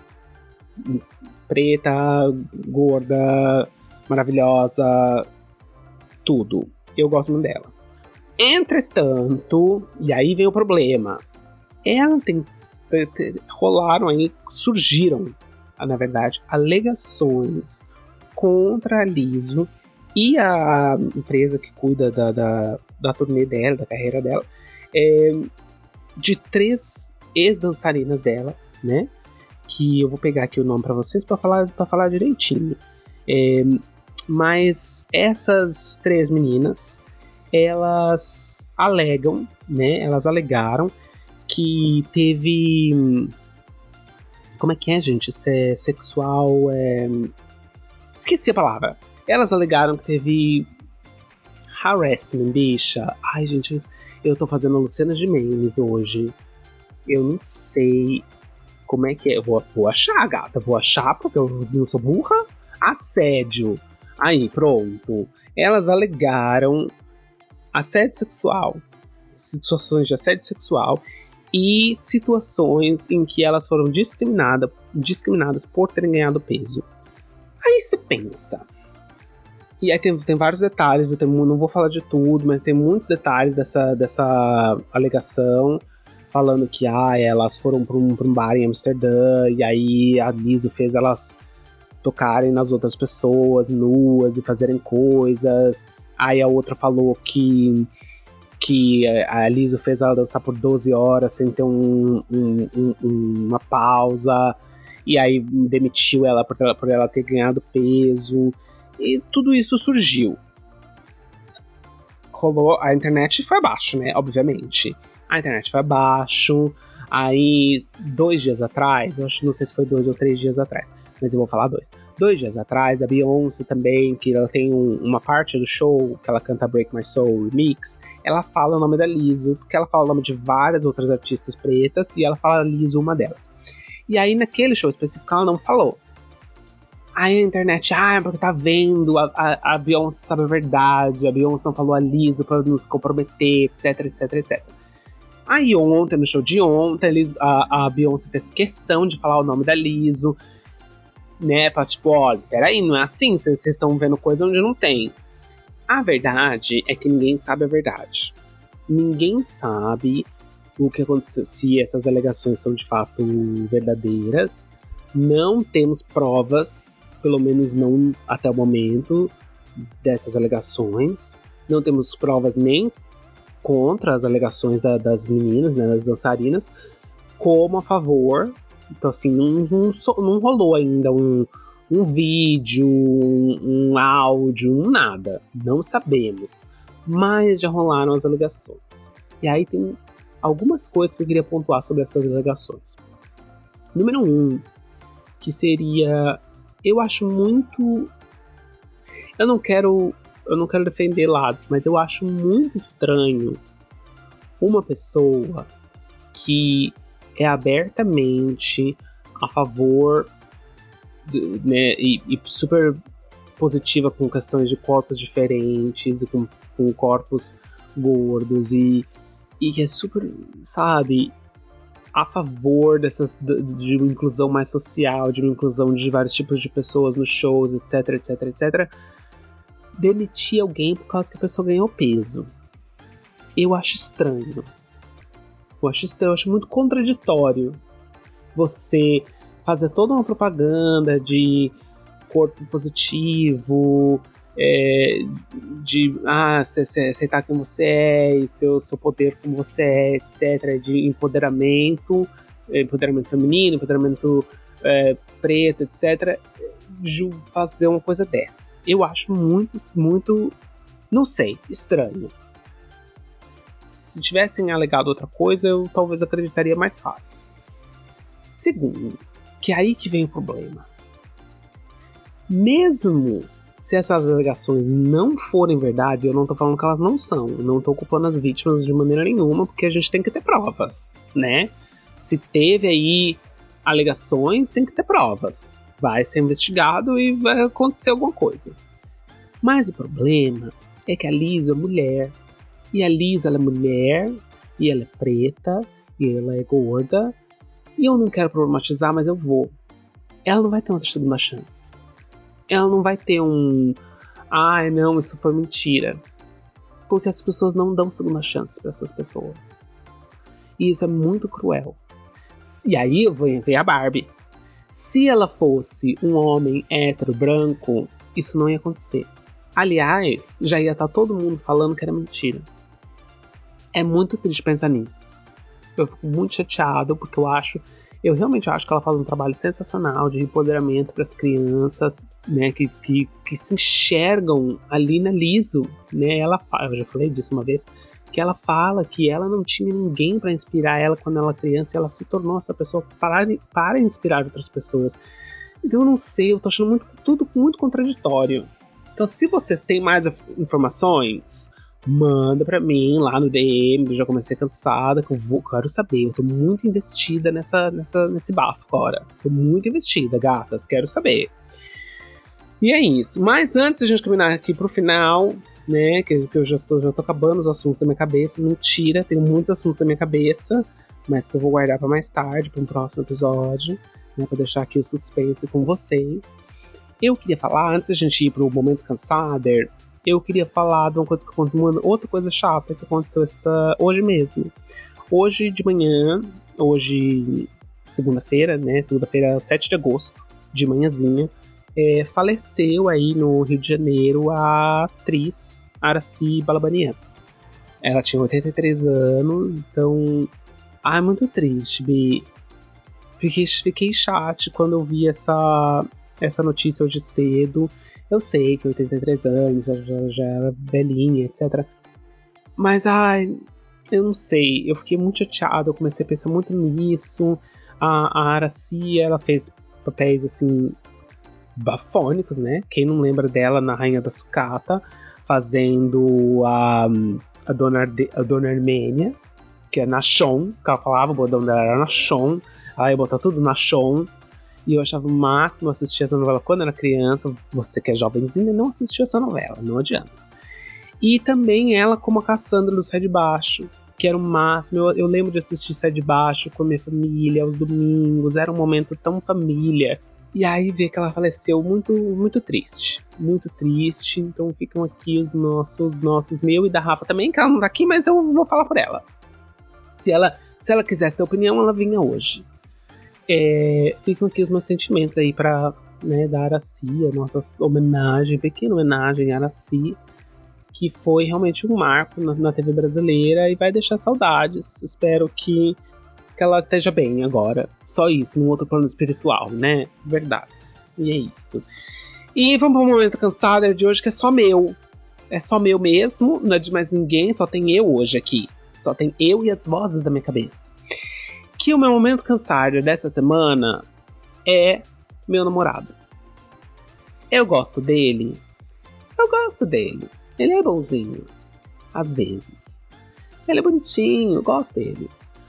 preta, gorda, maravilhosa, tudo. Eu gosto muito dela. Entretanto, e aí vem o problema. Ela tem, rolaram aí, surgiram na verdade, alegações contra a Lizzo e a empresa que cuida da, da, da turnê dela, da carreira dela, é, de três ex-dançarinas dela, né? Que eu vou pegar aqui o nome para vocês para falar, pra falar direitinho. É, mas essas três meninas, elas alegam, né? Elas alegaram que teve... Como é que é, gente? Isso é sexual... É... Esqueci a palavra. Elas alegaram que teve harassment, bicha. Ai, gente, eu tô fazendo a Luciana Gimenez hoje. Eu não sei como é que é. Eu vou, vou achar, gata. Vou achar porque eu não sou burra. Assédio. Aí, pronto. Elas alegaram assédio sexual. Situações de assédio sexual. E situações em que elas foram discriminada, discriminadas por terem ganhado peso. Aí você pensa. E aí tem, tem vários detalhes, eu tenho, não vou falar de tudo, mas tem muitos detalhes dessa, dessa alegação, falando que ah, elas foram para um, pra um bar em Amsterdã, e aí a Lizzo fez elas tocarem nas outras pessoas, nuas, e fazerem coisas. Aí a outra falou que, que a Lizzo fez ela dançar por doze horas sem ter um, um, um, uma pausa, e aí demitiu ela por ela, por ela ter ganhado peso. E tudo isso surgiu. Rolou, a internet foi abaixo, né? Obviamente. A internet foi abaixo. Aí, dois dias atrás, eu acho, não sei se foi dois ou três dias atrás, mas eu vou falar dois. Dois dias atrás, a Beyoncé também, que ela tem um, uma parte do show que ela canta Break My Soul Remix, ela fala o nome da Lizzo, porque ela fala o nome de várias outras artistas pretas, e ela fala Lizzo uma delas. E aí, naquele show específico, ela não falou. Aí a internet, ah, porque tá vendo, a, a, a Beyoncé sabe a verdade, a Beyoncé não falou a Lizzo pra não se comprometer, etc, etc, etcétera. Aí ontem, no show de ontem, eles, a, a Beyoncé fez questão de falar o nome da Lizzo, né, pra tipo, olha, peraí, não é assim, vocês estão vendo coisa onde não tem. A verdade é que ninguém sabe a verdade. Ninguém sabe o que aconteceu, se essas alegações são de fato verdadeiras. Não temos provas, pelo menos não até o momento, dessas alegações. Não temos provas nem contra as alegações da, das meninas, né, das dançarinas, como a favor. Então, assim, não, não, não rolou ainda um, um vídeo, um, um áudio, um nada. Não sabemos. Mas já rolaram as alegações. E aí tem algumas coisas que eu queria pontuar sobre essas alegações. Número um, que seria, eu acho muito, eu não quero, eu não quero defender lados, mas eu acho muito estranho uma pessoa que é abertamente a favor, né, e, e super positiva com questões de corpos diferentes e com, com corpos gordos e, e que é super, sabe, a favor dessas, de, de uma inclusão mais social, de uma inclusão de vários tipos de pessoas nos shows, etc, etc, etcétera. Demitir alguém por causa que a pessoa ganhou peso. Eu acho estranho. Eu acho estranho, eu acho muito contraditório você fazer toda uma propaganda de corpo positivo, é, de ah, aceitar quem você é, ter o seu poder como você é, etcétera, de empoderamento, empoderamento feminino, empoderamento é, preto, etcétera, fazer uma coisa dessa. Eu acho muito, muito, não sei, estranho. Se tivessem alegado outra coisa, eu talvez acreditaria mais fácil. Segundo, que é aí que vem o problema. Mesmo se essas alegações não forem verdade, eu não tô falando que elas não são, eu não tô culpando as vítimas de maneira nenhuma, porque a gente tem que ter provas, né? Se teve aí alegações, tem que ter provas. Vai ser investigado e vai acontecer alguma coisa. Mas o problema é que a Lizzo é mulher, e a Lizzo ela é mulher, e ela é preta, e ela é gorda, e eu não quero problematizar, mas eu vou. Ela não vai ter uma segunda chance. Ela não vai ter um... Ai, não, isso foi mentira. Porque as pessoas não dão segunda chance para essas pessoas. E isso é muito cruel. E aí vem a Barbie. Se ela fosse um homem hétero branco, isso não ia acontecer. Aliás, já ia estar todo mundo falando que era mentira. É muito triste pensar nisso. Eu fico muito chateado porque eu acho, eu realmente acho que ela faz um trabalho sensacional de empoderamento para as crianças, né, que, que, que se enxergam ali na Lizzo, né? Ela fala, eu já falei disso uma vez, que ela fala que ela não tinha ninguém para inspirar ela quando ela era criança e ela se tornou essa pessoa para, para inspirar outras pessoas. Então eu não sei, eu tô achando muito, tudo muito contraditório. Então se vocês têm mais informações, manda pra mim lá no D M, eu já comecei cansada, que eu vou, quero saber, eu tô muito investida nessa, nessa, nesse bafo agora. Tô muito investida, gatas, quero saber. E é isso. Mas antes da gente caminhar aqui pro final, né, que, que eu já tô, já tô acabando os assuntos da minha cabeça, mentira, tenho muitos assuntos da minha cabeça, mas que eu vou guardar pra mais tarde, pra um próximo episódio, né, pra deixar aqui o suspense com vocês. Eu queria falar, antes da gente ir pro Momento Cansader, eu queria falar de uma coisa que aconteceu, outra coisa chata que aconteceu essa, hoje mesmo. Hoje de manhã, hoje, segunda-feira, né? Segunda-feira, sete de agosto, de manhãzinha, é, faleceu aí no Rio de Janeiro a atriz Aracy Balabanian. Ela tinha oitenta e três anos, então. Ah, é muito triste, Bi. Fiquei, fiquei chateado quando eu vi essa, essa notícia hoje cedo. Eu sei que oitenta e três anos, já, já, já era velhinha, etcétera. Mas, ai, eu não sei. Eu fiquei muito chateado, eu comecei a pensar muito nisso. A, a Aracy, ela fez papéis, assim, bafônicos, né? Quem não lembra dela na Rainha da Sucata, fazendo a, a, Dona, Arde, a Dona Armênia, que é Nachon, que ela falava, o bordão dela era Nachon. Ela ia botar tudo Nachon. E eu achava o máximo, eu assistia essa novela quando era criança. Você que é jovenzinha, não assistiu essa novela, não adianta. E também ela como a Cassandra do Sai de Baixo, que era o máximo. Eu, eu lembro de assistir Sai de Baixo com a minha família, aos domingos, era um momento tão família. E aí ver que ela faleceu, muito, muito triste. Muito triste. Então ficam aqui os nossos, nossos, meu e da Rafa também, que ela não tá aqui, mas eu vou falar por ela. Se ela, se ela quisesse ter opinião, ela vinha hoje. É, ficam aqui os meus sentimentos aí pra, né, dar a Aracy, a nossa homenagem, pequena homenagem a Aracy, que foi realmente um marco na, na T V brasileira e vai deixar saudades. Espero que, que ela esteja bem agora. Só isso, num outro plano espiritual, né? Verdade. E é isso. E vamos para o Momento Cansada de hoje, que é só meu. É só meu mesmo, não é de mais ninguém, só tem eu hoje aqui. Só tem eu e as vozes da minha cabeça. Que o meu momento cansado dessa semana é meu namorado. Eu gosto dele. Eu gosto dele. Ele é bonzinho. Às vezes. Ele é bonitinho, eu gosto dele.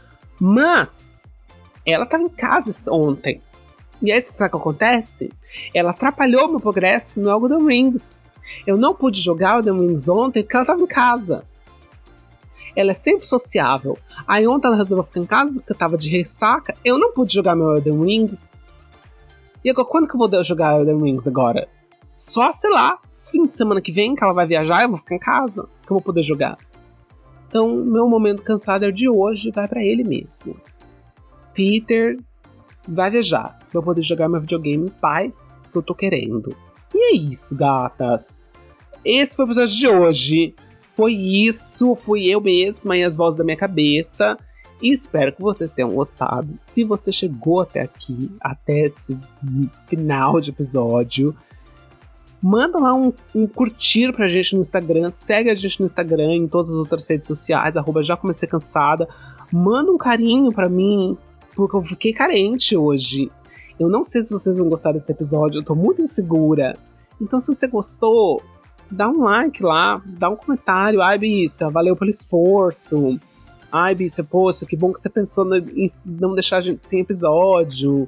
Mas ela tava em casa ontem. E aí, você sabe o que acontece? Ela atrapalhou meu progresso no Elden Rings. Eu não pude jogar Elden Rings ontem porque ela tava em casa. Ela é sempre sociável. Aí ontem ela resolveu ficar em casa porque eu tava de ressaca. Eu não pude jogar meu Elden Rings. E agora, quando que eu vou jogar Elden Rings agora? Só, sei lá, fim de semana que vem que ela vai viajar, eu vou ficar em casa, que eu vou poder jogar. Então, meu momento cansado de hoje vai pra ele mesmo. Peter vai viajar. Pra eu poder jogar meu videogame em paz, que eu tô querendo. E é isso, gatas. Esse foi o episódio de hoje. Foi isso, fui eu mesma e as vozes da minha cabeça. E espero que vocês tenham gostado. Se você chegou até aqui, até esse final de episódio, manda lá um, um curtir pra gente no Instagram. Segue a gente no Instagram, em todas as outras redes sociais, arroba já comecei cansada. Manda um carinho pra mim, porque eu fiquei carente hoje. Eu não sei se vocês vão gostar desse episódio, eu tô muito insegura. Então, se você gostou, dá um like lá, dá um comentário. Ai, Bissa, valeu pelo esforço. Ai, Bissa, poxa, que bom que você pensou em não deixar a gente sem episódio.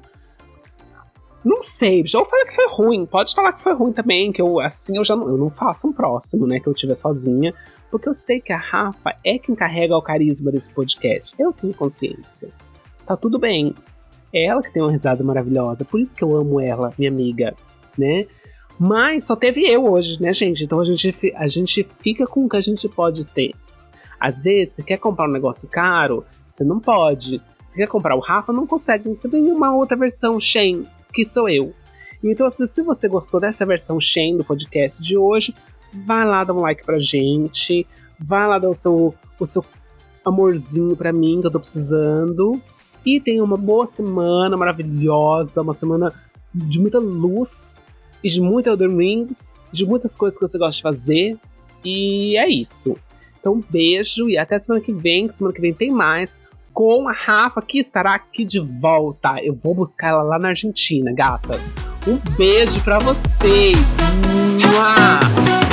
Não sei, já falei que foi ruim. Pode falar que foi ruim também, que eu assim eu já não, eu não faço um próximo, né, que eu tiver sozinha, porque eu sei que a Rafa é quem carrega o carisma desse podcast. Eu tenho consciência. Tá tudo bem. É ela que tem uma risada maravilhosa, por isso que eu amo ela, minha amiga, né? Mas só teve eu hoje, né, gente? Então a gente, a gente fica com o que a gente pode ter. Às vezes, você quer comprar um negócio caro, você não pode. Você quer comprar o Rafa, não consegue. Você tem uma outra versão Shein. que sou eu. Então, se, se você gostou dessa versão Shein do podcast de hoje, vai lá dar um like pra gente, vai lá dar o seu, o seu amorzinho pra mim, que eu tô precisando. E tenha uma boa semana maravilhosa, uma semana de muita luz e de muita Elden Rings, de muitas coisas que você gosta de fazer. E é isso. Então, um beijo e até semana que vem, que semana que vem tem mais, com a Rafa, que estará aqui de volta. Eu vou buscar ela lá na Argentina, gatas. Um beijo pra vocês! Mua!